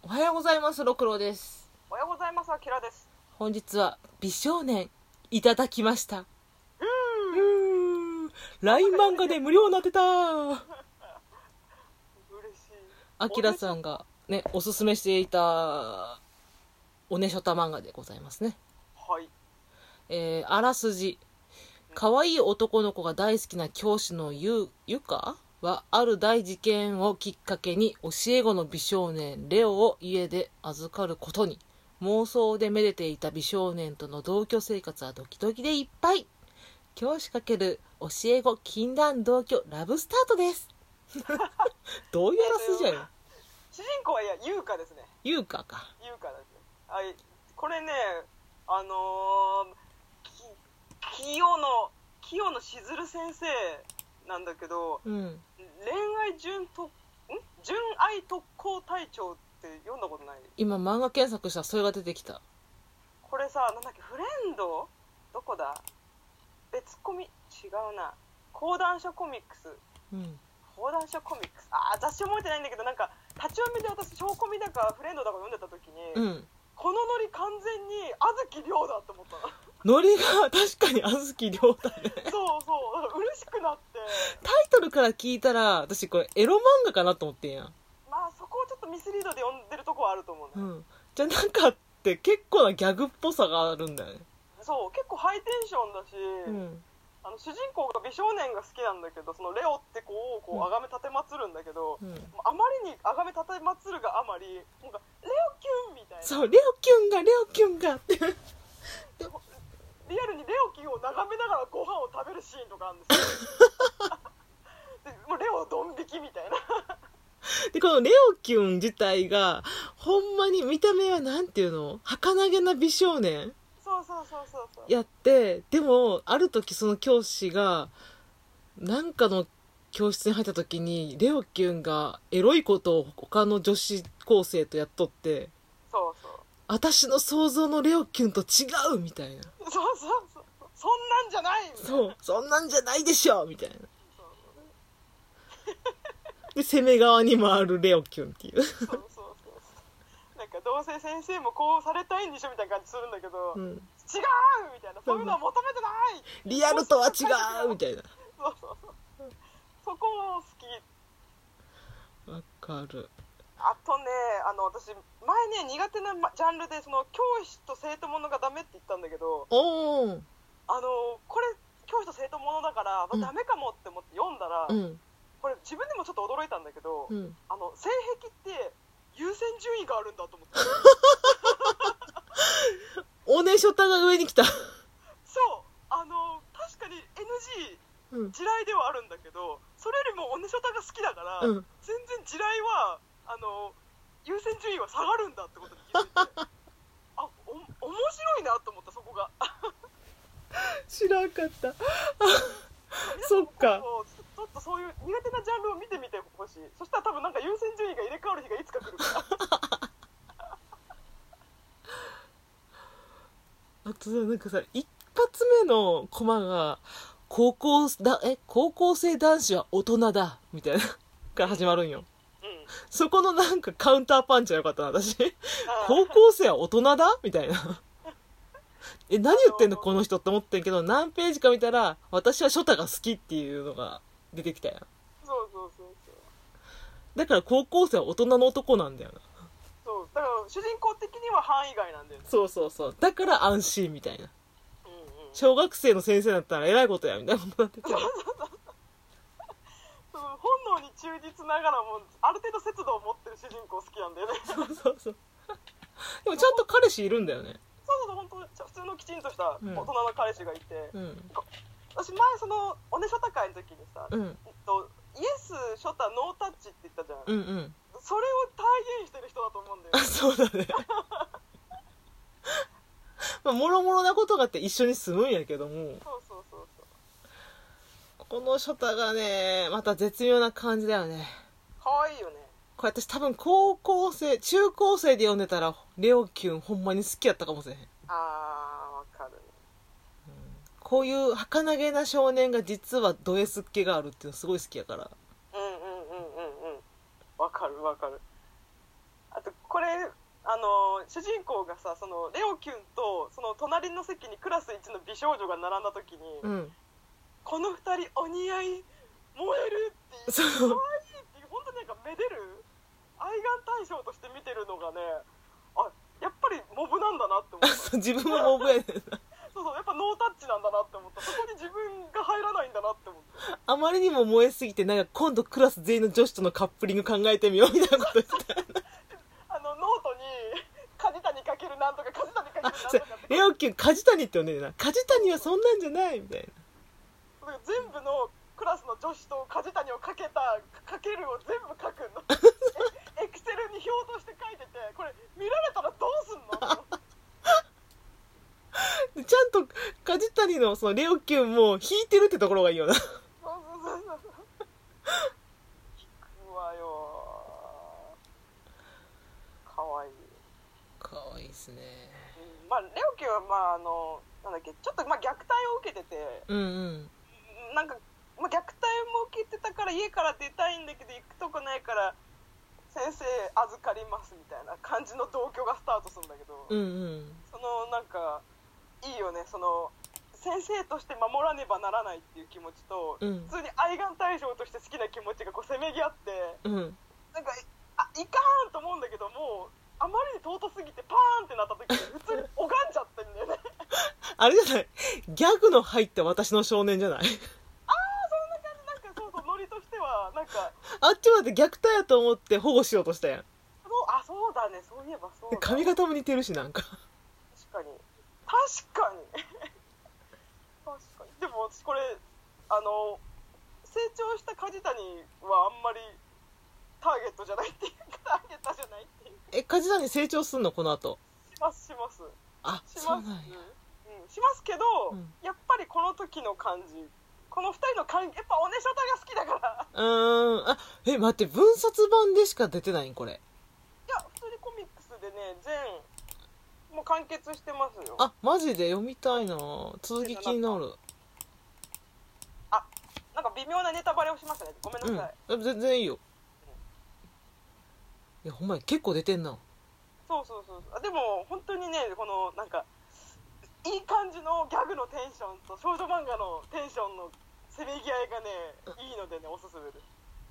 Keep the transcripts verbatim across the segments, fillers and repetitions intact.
おはようございます。ろくろです。 おはようございます。あきらです。 本日は美少年いただきました。うーん ライン 漫画で無料になってた。 嬉しい。 あきらさんがねおすすめしていたおねしょた漫画でございますね。 はい。 えー、あらすじ。可愛い男の子が大好きな教師のゆゆかはある大事件をきっかけに教え子の美少年レオを家で預かることに。妄想でめでていた美少年との同居生活はドキドキでいっぱい。教師×教え子禁断同居ラブスタートです。どういうあらすじやよ。 主人公はいや優香ですね。 優香か。 優香ですね。はい。これね、あのー、き清野清野しずる先生なんだけど、 うん、 恋愛純とん純愛特攻隊長って読んだことない？ 今漫画検索したらそれが出てきた。 これさ、なんだっけ、フレンドどこだ、別コミ違うな、講談社コミックス、 うん、 講談社コミックス、あー雑誌覚えてないんだけど、なんか立ち読みで私超コミだかフレンドだか読んでた時に、 うん、 このノリ完全にあずきりょうだって思ったの。 ノリが確かにあずきりょうだね。 そうそう、嬉しくなって、 タイトルから聞いたら私これエロ漫画かなと思ってんやん。 まあそこをちょっとミスリードで読んでるとこはあると思うね、 うん、じゃあなんかあって結構なギャグっぽさがあるんだよね。 そう結構ハイテンションだし、 うん、 あの主人公が美少年が好きなんだけど、そのレオって子をこう崇め立てまつるんだけど、 うん、 あまりに崇め立てまつるがあまりなんかレオキュンみたいな、 そうレオキュンがレオキュンがってリアルにレオキュンを眺めながらご飯を食べるシーンとかあるんですよ。でもうレオドン引きみたいな。 でこのレオキュン自体がほんまに見た目はなんていうの儚げな美少年そうそうそうそうそうやって、でもある時その教師がなんかの教室に入った時にレオキュンがエロいことを他の女子高生とやっとって、 そうそう私の想像のレオキュンと違うみたいな、 そうそうそうそんなんじゃないみたいな、 そうそんなんじゃないでしょみたいな、 そうで攻め側に回るレオキュンっていうそうそうそうそう、なんかどうせ先生もこうされたいんでしょみたいな感じするんだけど、 うん、 違うみたいな、そういうのは求めてない、 リアルとは違うみたいな。 そうそうそう、そこも好き。 わかる。 あとね、あの私前ね苦手なジャンルでその教師と生徒ものがダメって言ったんだけど、 おー、 あのこれ教師と生徒ものだから、まあうんダメかもって思って読んだら、 うん、 これ自分でもちょっと驚いたんだけど、 うん、 あの性癖って優先順位があるんだと思って。 おねしょたが上に来た。 そう、あの確かに エヌジー、 うん、 地雷ではあるんだけど、それよりもおねしょたが好きだから、 うん、 全然地雷はあの優先順位は下がるんだってことに気づいてあ、お面白いなと思った、そこが。 知らんかった。そっか。 ちょっとそういう苦手なジャンルを見てみてほしい。そしたら多分なんか優先順位が入れ替わる日がいつか来るからあとなんかさ、一発目のコマが高校だえ高校生男子は大人だみたいなから始まるんよ。 うん、 そこのなんかカウンターパンチはよかったな私。高校生は大人だみたいな。え何言ってんのこの人って思ってんけど、何ページか見たら私はショタが好きっていうのが出てきたやん。 そうそうそうそう、 だから高校生は大人の男なんだよな。 そうだから主人公的には範囲外なんだよね。 そうそうそう、だから安心みたいな。 うんうん、 小学生の先生だったら偉いことやみたいなことになっててそう本能に忠実ながらもある程度節度を持ってる主人公好きなんだよね。 そうそうそう。でもちゃんと彼氏いるんだよね。 そうそう、本当普通のきちんとした大人の彼氏がいて、 うん、 私前そのおねしょた会の時にさ、 うん、 えっと、イエスショタノータッチって言ったじゃん、 うんうん、 それを体現してる人だと思うんだよね。 あ、そうだねまあもろもろなことがあって一緒に住むんやけども、 そうそうそうそう、 このショタがねまた絶妙な感じだよね。 可愛いよね。 これ私多分高校生中高生で読んでたらレオキュンほんまに好きやったかもしれへん。 あー、わかるね、 うん、こういう儚げな少年が実はド S っ気があるっていうのすごい好きやから。 うんうんうんうんうん、わかるわかる。あとこれあの主人公がさ、そのレオキュンとその隣の席にクラスいちの美少女が並んだ時に、 うん、 このふたりお似合い燃えるっていう、 そう可愛いっていう、本当になんかめでる愛玩対象として見てるのがね、あ、やっぱりモブなんだなって思ったそう自分もモブやねんなそうそう、やっぱノータッチなんだなって思った。そこに自分が入らないんだなって思って。 あまりにも燃えすぎて、なんか今度クラス全員の女子とのカップリング考えてみようみたいなこと言ってあのノートに梶谷かけるなんとか梶谷かけるなんとかってレオキュン梶谷って呼んでるな。梶谷はそんなんじゃないみたいな。 全部のクラスの女子と梶谷をかけたかけるを全部書くのエクセルに表として書いてて、これ見られたらどうすんのちゃんと梶谷のそのレオキュンも引いてるってところがいいよな。 そうそうそうそう引くわよ。かわいい。 かわいいですね。 うん、まあレオキュンはまああのなんだっけ、ちょっとまあ虐待を受けてて、 うんうんなんか、まあ、虐待も受けてたから家から出たいんだけど行くとこないから先生預かりますみたいな感じの同居がスタートするんだけど、 うんうんそのなんかいいよね、その先生として守らねばならないっていう気持ちと、 うん普通に愛玩対象として好きな気持ちがこうせめぎ合って、 うんなんかあいかんと思うんだけども、あまりに尊すぎてパーンってなった時に普通に拝んじゃってんだよねあれじゃない、ギャグの入った私の少年じゃないああ、そんな感じ。なんかそうそう、ノリとしてはなんかあっちまで虐待やと思って保護しようとしたやん。 そう、あ、そうだね、そういえばそうだ。 髪型も似てるし、なんか確かに確かに確かに。でも私これあの成長した梶谷はあんまりターゲットじゃないっていうか、ターゲットじゃないっていうか、 え、梶谷成長すんのこの後。 しますしますあ、 します、 そうなんや。 うん、しますけど、 うん、 やっぱりこの時の感じ、このふたりの関係、やっぱおねしょたが好きだからうーん、あ、え、待って、分冊版でしか出てないんこれ。 いや普通にコミックスでね全もう完結してますよ。 あ、マジで読みたいな。続き気になる。 あ、なんか微妙なネタバレをしましたね、ごめんなさい。 うん、全然いいよ。いや、ほんまに結構出てんな。 そうそうそうそう。でも本当にね、このなんかいい感じのギャグのテンションと少女漫画のテンションのせめぎ合いがね、いいのでね、おすすめです。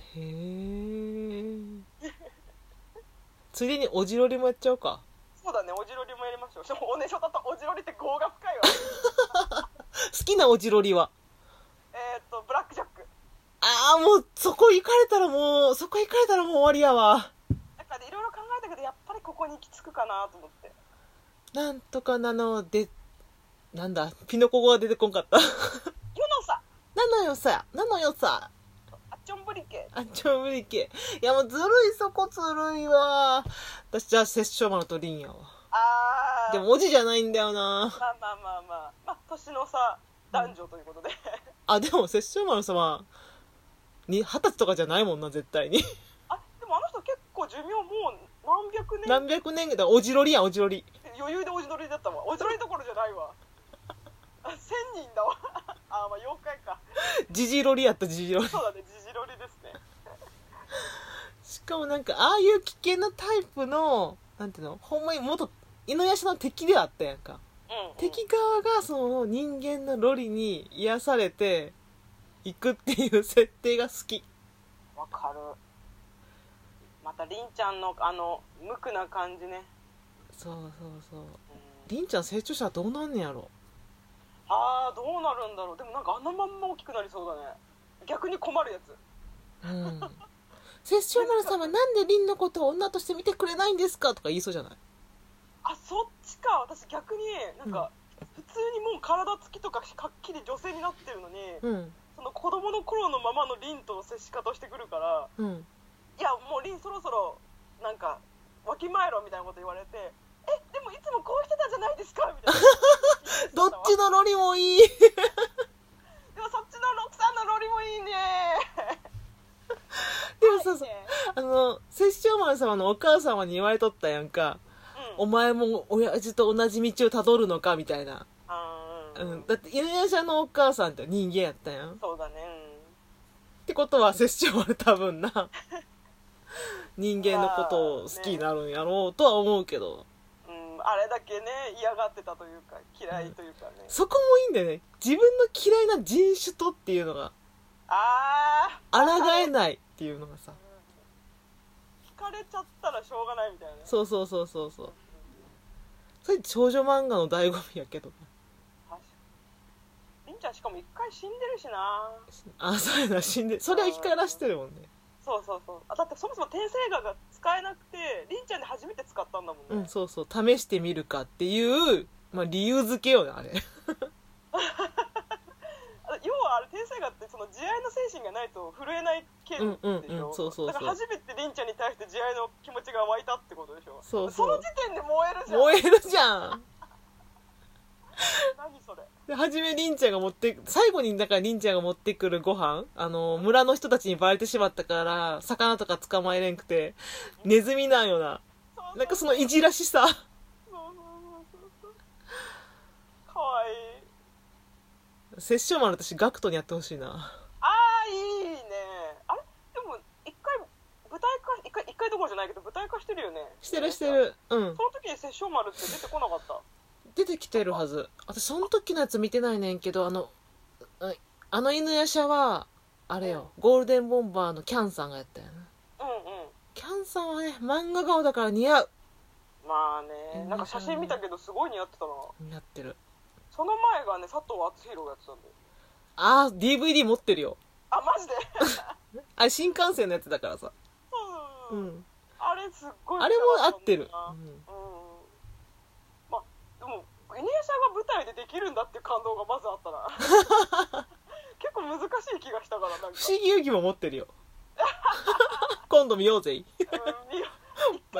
へえついでにおじろりもやっちゃおうか。 そうだね、おじろりもやりましょう。しかもおねしょたとおじろりって業が深いわ好きなおじろりはえーっとブラックジャック。 ああ、もうそこ行かれたらもうそこ行かれたらもう終わりやわ。 なんかね、いろいろ考えたけどやっぱりここに行き着くかなと思って。 なんとかなので、なんだピノコ語が出てこんかった世のさなのよさなのよさあっちょんぶり系。 あちょ無理系。いやもうずるい、そこずるいわ。私じゃあ殺生丸とリンやわ。 あーでもおじじゃないんだよな。 まあまあまあまあまあ年の差男女ということで、 あ、でも殺生丸様に二十歳とかじゃないもんな絶対にあ、でもあの人結構寿命もう何百年何百年だ、おじろりやんおじろり。 余裕でおじどりだったわ。おじどりどころじゃないわ。あ、千人だわ。あ、まあ妖怪か。 じじろりやったじじろり。 そうだね、じじろりですね。 しかもなんかああいう危険なタイプのなんていうの、ほんまに元犬夜叉の敵ではあったやんか、 うん、うん、 敵側がその人間のロリに癒されていくっていう設定が好き。 わかる。またりんちゃんのあの無垢な感じね。 そうそうそう、 うん、 りんちゃん成長したらどうなんねやろ。 あー、どうなるんだろう。でもなんかあのまんま大きくなりそうだね。逆に困るやつ。 うん殺生丸さんはなんでりんのことを女として見てくれないんですかとか言いそうじゃない。 あ、そっちか。私逆になんか、うん、普通にもう体つきとかはっきり女性になってるのに、 うん、 その子供の頃のままのりんとの接し方をしてくるから、 うん、 いやもうりんそろそろなんかわきまえろみたいなこと言われて、え、でもいつもこうしてたじゃないですかみたいなどっちのロリもいいでもそっちのろくさんのロリもいいねでもさ、あの殺生丸様のお母様に言われとったやんか、うん、お前も親父と同じ道をたどるのかみたいな。あ、うんうん、だって犬夜叉のお母さんって人間やったやん。 そうだね、うん、 ってことは殺生丸多分な人間のことを好きになるんやろうとは思うけど、 うん、あれだけね嫌がってたというか嫌いというかね、 そこもいいんだよね。自分の嫌いな人種とっていうのがああ抗えないっていうのがさ、 惹かれちゃったらしょうがないみたいなね。 そうそうそうそうそう、それ少女漫画の醍醐味やけど、 確かにりんちゃんしかも一回死んでるしな。 あ、そうやな、死んで、それは生き返らしてるもんね。 そうそうそう、あだってそもそも転生画が使えなくてりんちゃんで初めて使ったんだもんね。 うん、そうそう、試してみるかっていう、まあ、理由付けよね、あれ。 要はあれ転生画ってその慈愛の精神がないと震えない剣でしょ、 うんうんうん、そうそうそう、 だから初めてりんちゃんに対して慈愛の気持ちが湧いたってことでしょ。 そうそう、 その時点で燃えるじゃん。 燃えるじゃん。 何それ。 で初めりんちゃんが持って最後にだからりんちゃんが持ってくるご飯、あの村の人たちにバレてしまったから魚とか捕まえれんくてネズミなんよな。 そうそうそう、 なんかそのいじらしさ、 そうそうそうそう、かわいい。 殺生丸、私ガクトにやってほしいな。 ああいいね。あれでも一回舞台化一回一回どころじゃないけど舞台化してるよね。 してるしてる、うん、 その時に殺生丸って出てこなかった？ 出てきてるはず。私その時のやつ見てないねんけど、あのああの犬夜叉はあれよ、ゴールデンボンバーのキャンさんがやったよな。 うんうん。 キャンさんはね漫画顔だから似合う。 まあね、なんか写真見たけどすごい似合ってたな。 似合ってる。 その前がね佐藤敦弘がやってたんだよ。 あー ディーブイディー 持ってるよ。 あマジで。 あれ新幹線のやつだからさ。 そうそうそう、 うん、 あれすっごいあれも合ってる、 うん、うん、まあでも犬夜叉が舞台でできるんだっていう感動がまずあったな。結構難しい気がしたから、なんか不思議遊戯も持ってるよ。今度見ようぜ。 うん見よう